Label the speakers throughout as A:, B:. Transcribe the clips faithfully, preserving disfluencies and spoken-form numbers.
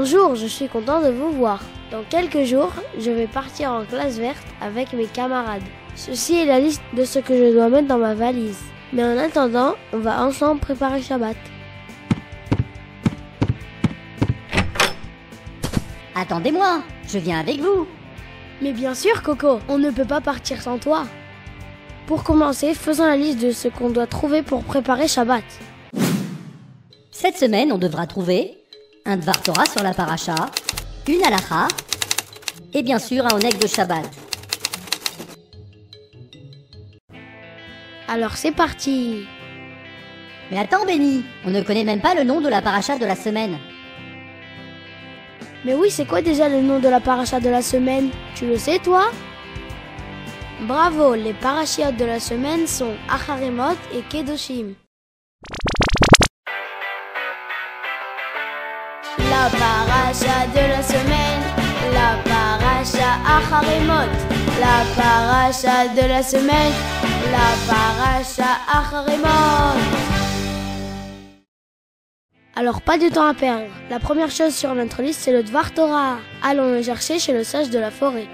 A: Bonjour, je suis content de vous voir. Dans quelques jours, je vais partir en classe verte avec mes camarades. Ceci est la liste de ce que je dois mettre dans ma valise. Mais en attendant, on va ensemble préparer Shabbat.
B: Attendez-moi, je viens avec vous.
A: Mais bien sûr, Coco, on ne peut pas partir sans toi. Pour commencer, faisons la liste de ce qu'on doit trouver pour préparer Shabbat.
B: Cette semaine, on devra trouver un Dvar Torah sur la paracha, une halacha et bien sûr un oneg de Shabbat.
A: Alors c'est parti.
B: Mais attends Benny, on ne connaît même pas le nom de la paracha de la semaine.
A: Mais oui, c'est quoi déjà le nom de la paracha de la semaine? Tu le sais toi? Bravo, les parachiotes de la semaine sont Acharimot et Kedoshim. La paracha de la semaine, la paracha Acharimot. La paracha de la semaine, la paracha Acharimot. Alors pas de temps à perdre. La première chose sur notre liste, c'est le Dvar Torah. Allons le chercher chez le sage de la forêt.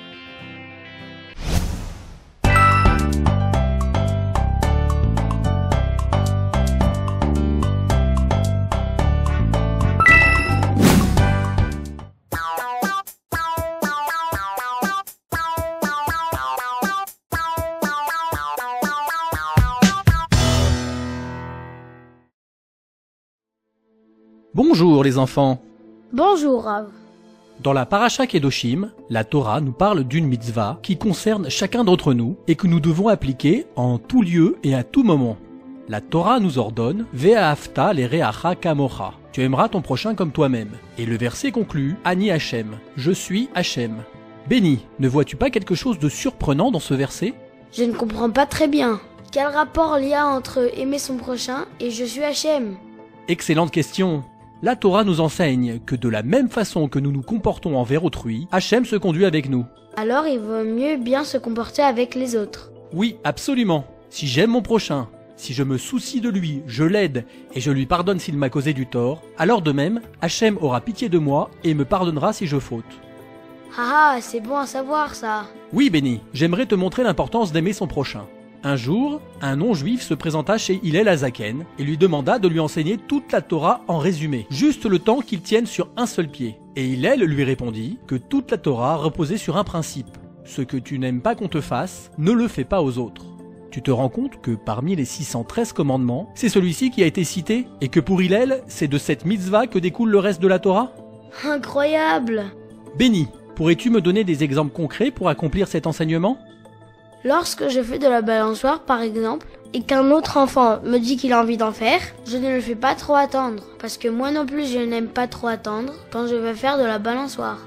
C: Bonjour les enfants.
A: Bonjour Rav.
C: Dans la paracha Kedoshim, la Torah nous parle d'une mitzvah qui concerne chacun d'entre nous et que nous devons appliquer en tout lieu et à tout moment. La Torah nous ordonne « Ve'ahavta lereacha kamocha » « Tu aimeras ton prochain comme toi-même » et le verset conclut « Ani Hachem »« Je suis Hachem ». Benny, ne vois-tu pas quelque chose de surprenant dans ce verset?
A: Je ne comprends pas très bien. Quel rapport il y a entre aimer son prochain et je suis Hachem?
C: Excellente question. La Torah nous enseigne que de la même façon que nous nous comportons envers autrui, Hachem se conduit avec nous.
A: Alors il vaut mieux bien se comporter avec les autres.
C: Oui, absolument. Si j'aime mon prochain, si je me soucie de lui, je l'aide et je lui pardonne s'il m'a causé du tort, alors de même, Hachem aura pitié de moi et me pardonnera si je faute.
A: Ah ah, c'est bon à savoir ça.
C: Oui, Benny, j'aimerais te montrer l'importance d'aimer son prochain. Un jour, un non-juif se présenta chez Hillel Azaken et lui demanda de lui enseigner toute la Torah en résumé, juste le temps qu'il tienne sur un seul pied. Et Hillel lui répondit que toute la Torah reposait sur un principe. Ce que tu n'aimes pas qu'on te fasse, ne le fais pas aux autres. Tu te rends compte que parmi les six cent treize commandements, c'est celui-ci qui a été cité et que pour Hillel, c'est de cette mitzvah que découle le reste de la Torah?
A: Incroyable.
C: Benny, pourrais-tu me donner des exemples concrets pour accomplir cet enseignement?
A: Lorsque je fais de la balançoire par exemple, et qu'un autre enfant me dit qu'il a envie d'en faire, je ne le fais pas trop attendre, parce que moi non plus je n'aime pas trop attendre quand je vais faire de la balançoire.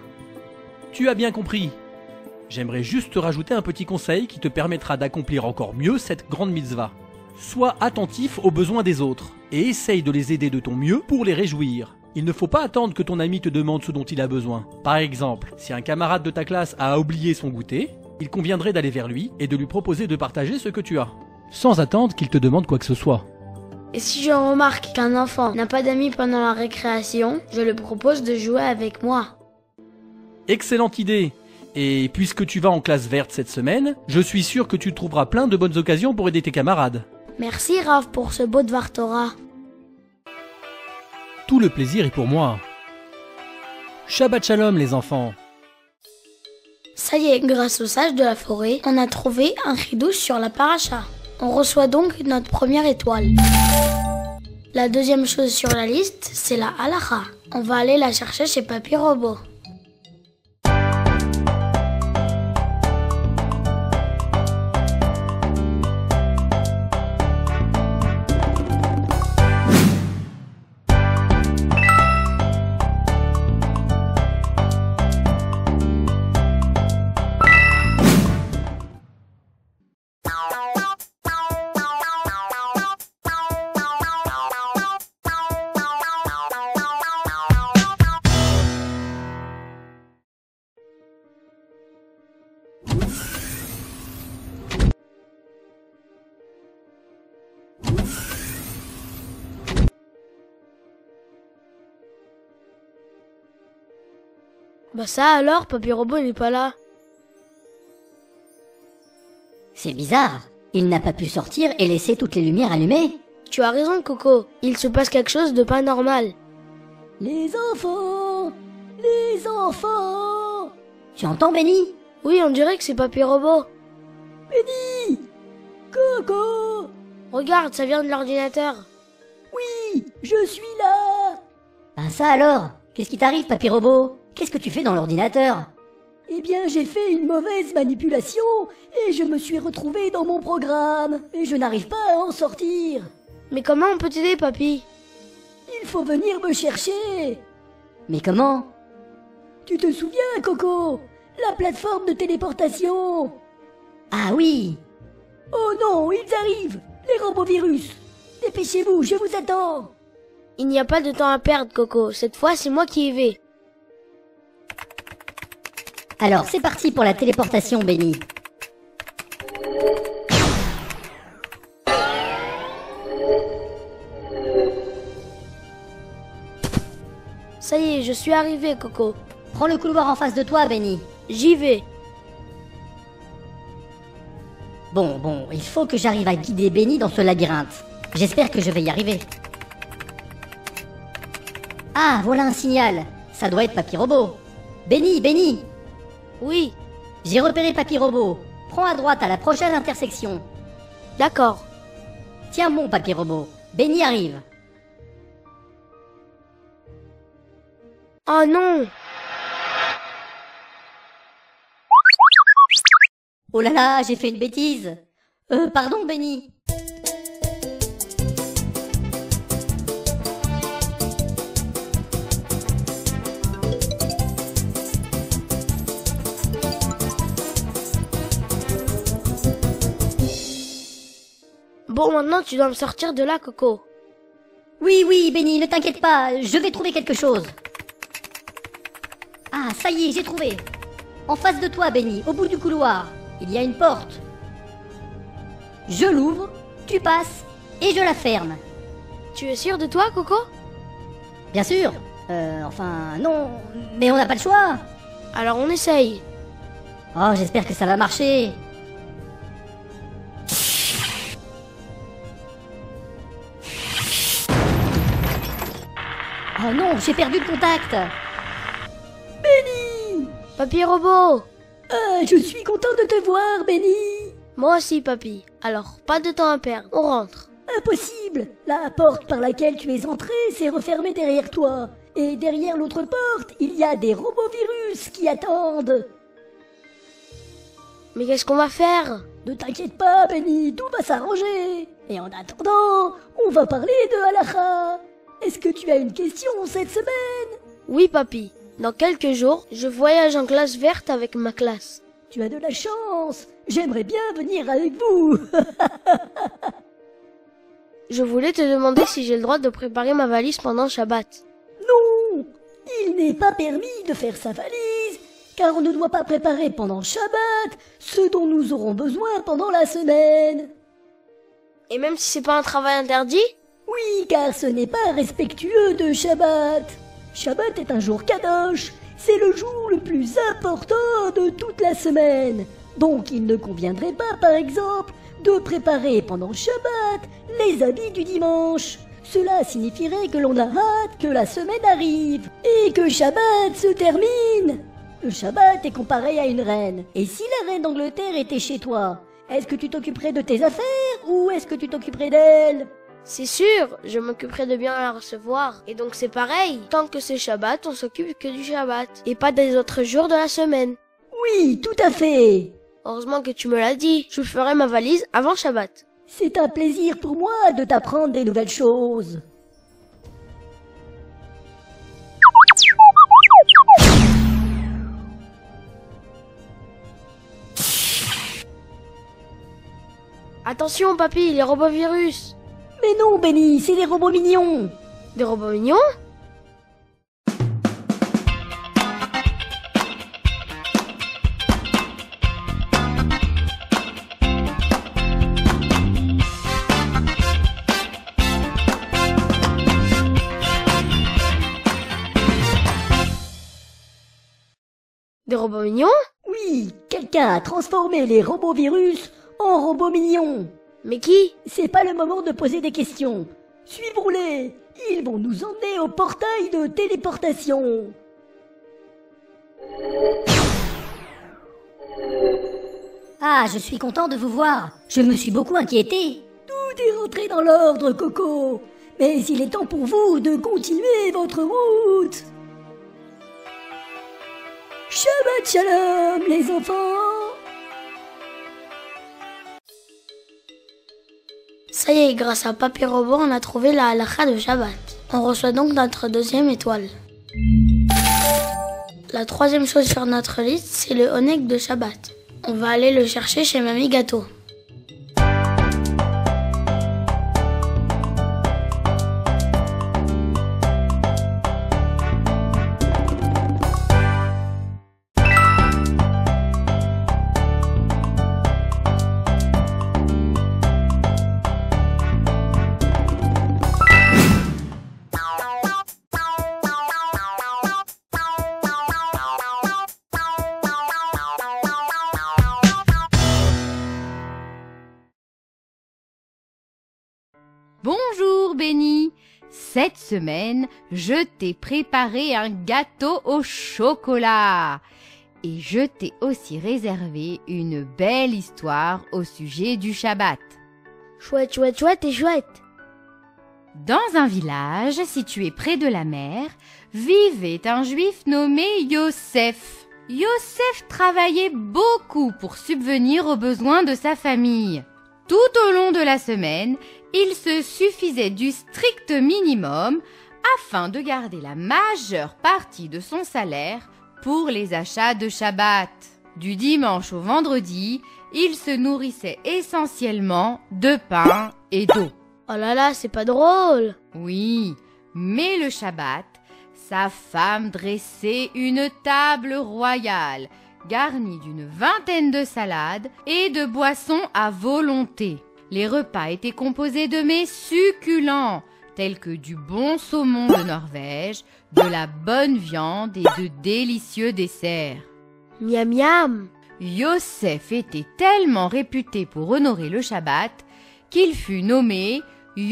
C: Tu as bien compris. J'aimerais juste te rajouter un petit conseil qui te permettra d'accomplir encore mieux cette grande mitzvah. Sois attentif aux besoins des autres, et essaye de les aider de ton mieux pour les réjouir. Il ne faut pas attendre que ton ami te demande ce dont il a besoin. Par exemple, si un camarade de ta classe a oublié son goûter, il conviendrait d'aller vers lui et de lui proposer de partager ce que tu as, sans attendre qu'il te demande quoi que ce soit.
A: Et si je remarque qu'un enfant n'a pas d'amis pendant la récréation, je lui propose de jouer avec moi.
C: Excellente idée! Et puisque tu vas en classe verte cette semaine, je suis sûr que tu trouveras plein de bonnes occasions pour aider tes camarades.
A: Merci Rav pour ce beau Dvar Torah.
C: Tout le plaisir est pour moi. Shabbat Shalom les enfants!
A: Ça y est, grâce au sage de la forêt, on a trouvé un chidouche sur la paracha. On reçoit donc notre première étoile. La deuxième chose sur la liste, c'est la halacha. On va aller la chercher chez Papy Robot. Bah ça alors, Papy Robot n'est pas là.
B: C'est bizarre. Il n'a pas pu sortir et laisser toutes les lumières allumées.
A: Tu as raison, Coco. Il se passe quelque chose de pas normal.
B: Les enfants! Les enfants! Tu entends, Benny?
A: Oui, on dirait que c'est Papy Robot.
B: Benny! Coco!
A: Regarde, ça vient de l'ordinateur.
B: Oui, je suis là! Ben ça alors? Qu'est-ce qui t'arrive, Papy Robot? Qu'est-ce que tu fais dans l'ordinateur? Eh bien, j'ai fait une mauvaise manipulation et je me suis retrouvé dans mon programme et je n'arrive pas à en sortir.
A: Mais comment on peut t'aider, Papy?
B: Il faut venir me chercher. Mais comment? Tu te souviens, Coco? La plateforme de téléportation. Ah oui. Oh non, ils arrivent, les robovirus. Dépêchez-vous, je vous attends.
A: Il n'y a pas de temps à perdre, Coco. Cette fois, c'est moi qui y vais.
B: Alors, c'est parti pour la téléportation, Benny.
A: Ça y est, je suis arrivé, Coco.
B: Prends le couloir en face de toi, Benny.
A: J'y vais.
B: Bon, bon, il faut que j'arrive à guider Benny dans ce labyrinthe. J'espère que je vais y arriver. Ah, voilà un signal. Ça doit être Papy Robot. Benny, Benny!
A: Oui,
B: J'ai repéré Papy Robot. Prends à droite à la prochaine intersection.
A: d'accord.
B: Tiens bon, Papy Robot. Benny arrive.
A: Oh non!
B: Oh là là, j'ai fait une bêtise. Euh, pardon, Benny.
A: Bon, maintenant, tu dois me sortir de là, Coco.
B: Oui, oui, Benny, ne t'inquiète pas, je vais trouver quelque chose. Ah, ça y est, j'ai trouvé. En face de toi, Benny, au bout du couloir, il y a une porte. Je l'ouvre, tu passes, et je la ferme.
A: Tu es sûr de toi, Coco?
B: Bien sûr. Euh, enfin, non, mais on n'a pas le choix.
A: Alors on essaye.
B: Oh, j'espère que ça va marcher. Oh non, j'ai perdu le contact. Benny!
A: Papy Robot!
B: Ah, je suis content de te voir, Benny.
A: Moi aussi, Papy. Alors, pas de temps à perdre. On rentre.
B: Impossible. La porte par laquelle tu es entré s'est refermée derrière toi. Et derrière l'autre porte, il y a des robovirus qui attendent.
A: Mais qu'est-ce qu'on va faire?
B: Ne t'inquiète pas, Benny, tout va s'arranger. Et en attendant, on va parler de halakha. Est-ce que tu as une question cette semaine?
A: Oui, Papy. Dans quelques jours, je voyage en classe verte avec ma classe.
B: Tu as de la chance. J'aimerais bien venir avec vous.
A: Je voulais te demander si j'ai le droit de préparer ma valise pendant Shabbat.
B: Non, il n'est pas permis de faire sa valise, car on ne doit pas préparer pendant Shabbat ce dont nous aurons besoin pendant la semaine.
A: Et même si c'est pas un travail interdit?
B: Oui, car ce n'est pas respectueux de Shabbat. Shabbat est un jour kadosh, c'est le jour le plus important de toute la semaine. Donc il ne conviendrait pas, par exemple, de préparer pendant Shabbat les habits du dimanche. Cela signifierait que l'on a hâte que la semaine arrive et que Shabbat se termine. Le Shabbat est comparé à une reine. Et si la reine d'Angleterre était chez toi, est-ce que tu t'occuperais de tes affaires ou est-ce que tu t'occuperais d'elle?
A: C'est sûr, je m'occuperai de bien la recevoir. Et donc c'est pareil. Tant que c'est Shabbat, on s'occupe que du Shabbat. Et pas des autres jours de la semaine.
B: Oui, tout à fait.
A: Heureusement que tu me l'as dit. Je ferai ma valise avant Shabbat.
B: C'est un plaisir pour moi de t'apprendre des nouvelles choses.
A: Attention, Papy, les robovirus.
B: Mais non, Benny, c'est des robots mignons.
A: Des robots mignons?
D: robots mignons?
B: Oui, quelqu'un a transformé les robots virus en robots mignons.
D: Mais qui?
B: C'est pas le moment de poser des questions. Suivons-les. Ils vont nous emmener au portail de téléportation.
E: Ah, je suis content de vous voir. Je me suis beaucoup inquiété.
B: Tout est rentré dans l'ordre, Coco. Mais il est temps pour vous de continuer votre route. Shabbat Shalom, les enfants.
A: Ça y est, grâce à Papy Robot, on a trouvé la halakha de Shabbat. On reçoit donc notre deuxième étoile. La troisième chose sur notre liste, c'est le oneg de Shabbat. On va aller le chercher chez Mamie Gâteau.
F: Bonjour Benny, cette semaine, je t'ai préparé un gâteau au chocolat et je t'ai aussi réservé une belle histoire au sujet du Shabbat.
D: Chouette, chouette, chouette et chouette.
F: Dans un village situé près de la mer, vivait un juif nommé Yosef. Yosef travaillait beaucoup pour subvenir aux besoins de sa famille. Tout au long de la semaine, il se suffisait du strict minimum afin de garder la majeure partie de son salaire pour les achats de Shabbat. Du dimanche au vendredi, il se nourrissait essentiellement de pain et d'eau.
D: Oh là là, c'est pas drôle.
F: Oui, mais le Shabbat, sa femme dressait une table royale garnie d'une vingtaine de salades et de boissons à volonté. Les repas étaient composés de mets succulents, tels que du bon saumon de Norvège, de la bonne viande et de délicieux desserts.
D: Miam miam.
F: Yosef était tellement réputé pour honorer le Shabbat qu'il fut nommé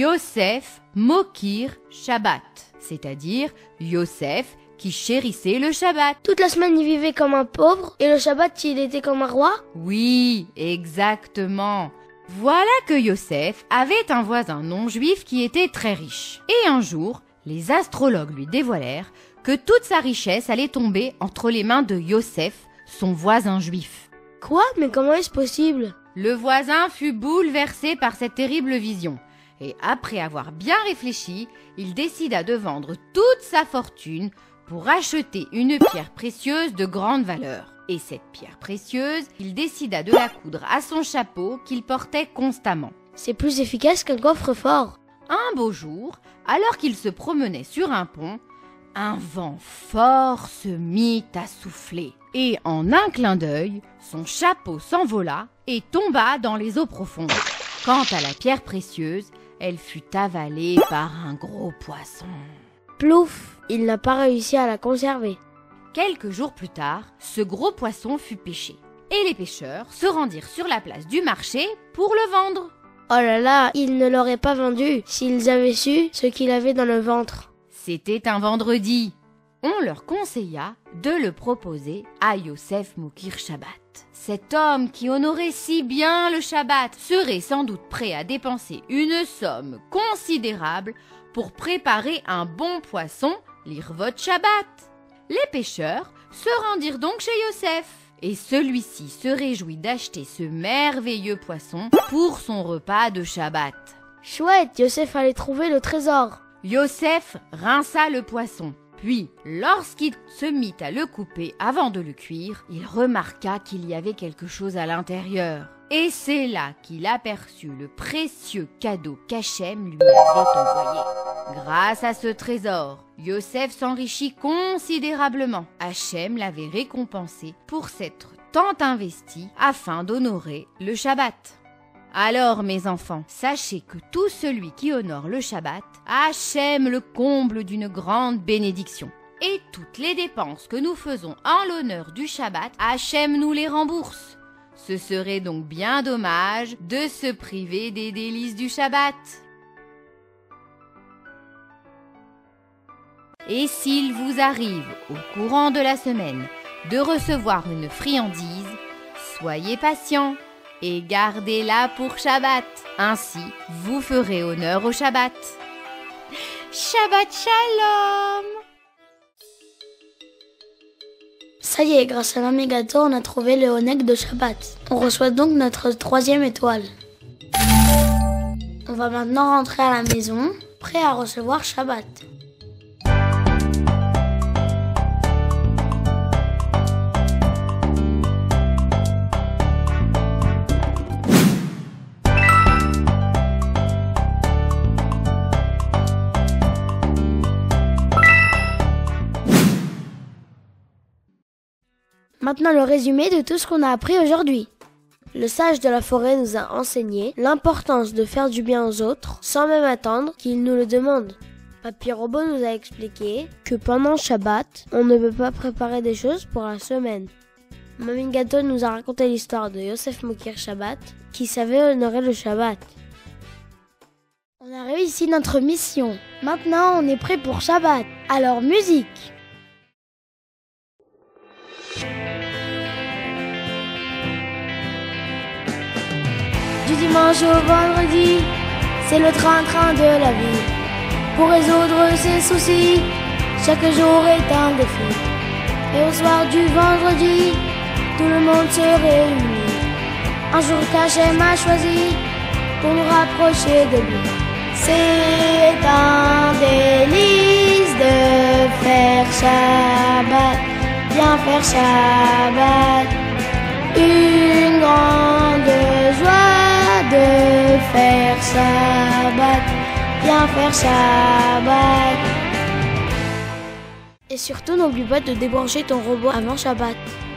F: Yosef Mokir Shabbat, c'est-à-dire Yosef qui chérissait le Shabbat.
D: Toute la semaine, il vivait comme un pauvre et le Shabbat, il était comme un roi?
F: Oui, exactement. Voilà que Yosef avait un voisin non-juif qui était très riche. Et un jour, les astrologues lui dévoilèrent que toute sa richesse allait tomber entre les mains de Yosef, son voisin juif.
D: Quoi? Mais comment est-ce possible?
F: Le voisin fut bouleversé par cette terrible vision. Et après avoir bien réfléchi, il décida de vendre toute sa fortune pour acheter une pierre précieuse de grande valeur. Et cette pierre précieuse, il décida de la coudre à son chapeau qu'il portait constamment.
D: C'est plus efficace qu'un coffre-fort.
F: Un beau jour, alors qu'il se promenait sur un pont, un vent fort se mit à souffler. Et en un clin d'œil, son chapeau s'envola et tomba dans les eaux profondes. Quant à la pierre précieuse, elle fut avalée par un gros poisson.
D: Plouf, il n'a pas réussi à la conserver.
F: Quelques jours plus tard, ce gros poisson fut pêché. Et les pêcheurs se rendirent sur la place du marché pour le vendre.
D: Oh là là, ils ne l'auraient pas vendu s'ils avaient su ce qu'il avait dans le ventre.
F: C'était un vendredi. On leur conseilla de le proposer à Yosef Mokir Shabbat. Cet homme qui honorait si bien le Shabbat serait sans doute prêt à dépenser une somme considérable pour préparer un bon poisson, l'Irvot Shabbat. Les pêcheurs se rendirent donc chez Yosef et celui-ci se réjouit d'acheter ce merveilleux poisson pour son repas de Shabbat.
D: Chouette, Yosef allait trouver le trésor.
F: Yosef rinça le poisson. Puis, lorsqu'il se mit à le couper avant de le cuire, il remarqua qu'il y avait quelque chose à l'intérieur. Et c'est là qu'il aperçut le précieux cadeau qu'Hachem lui avait envoyé. Grâce à ce trésor, Yosef s'enrichit considérablement. Hachem l'avait récompensé pour s'être tant investi afin d'honorer le Shabbat. Alors, mes enfants, sachez que tout celui qui honore le Shabbat, Hachem le comble d'une grande bénédiction. Et toutes les dépenses que nous faisons en l'honneur du Shabbat, Hachem nous les rembourse. Ce serait donc bien dommage de se priver des délices du Shabbat. Et s'il vous arrive, au courant de la semaine, de recevoir une friandise, soyez patient et gardez-la pour Shabbat. Ainsi, vous ferez honneur au Shabbat. Shabbat Shalom!
A: Ça y est, grâce à Mamie Gâteau, on a trouvé le Oneg de Shabbat. On reçoit donc notre troisième étoile. On va maintenant rentrer à la maison, prêt à recevoir Shabbat. Maintenant le résumé de tout ce qu'on a appris aujourd'hui. Le sage de la forêt nous a enseigné l'importance de faire du bien aux autres sans même attendre qu'ils nous le demandent. Papy Robot nous a expliqué que pendant Shabbat, on ne peut pas préparer des choses pour la semaine. Mamie Gâteau nous a raconté l'histoire de Yosef Mokir Shabbat qui savait honorer le Shabbat. On a réussi notre mission. Maintenant on est prêt pour Shabbat. Alors musique! Du dimanche au vendredi, c'est le train-train de la vie. Pour résoudre ses soucis, chaque jour est un défi. Et au soir du vendredi, tout le monde se réunit. Un jour qu'Hachem a choisi pour nous rapprocher de lui. C'est un délice de faire Shabbat, bien faire Shabbat. Une grande joie de faire Shabbat, bien faire Shabbat. Et surtout, n'oublie pas de débrancher ton robot avant Shabbat.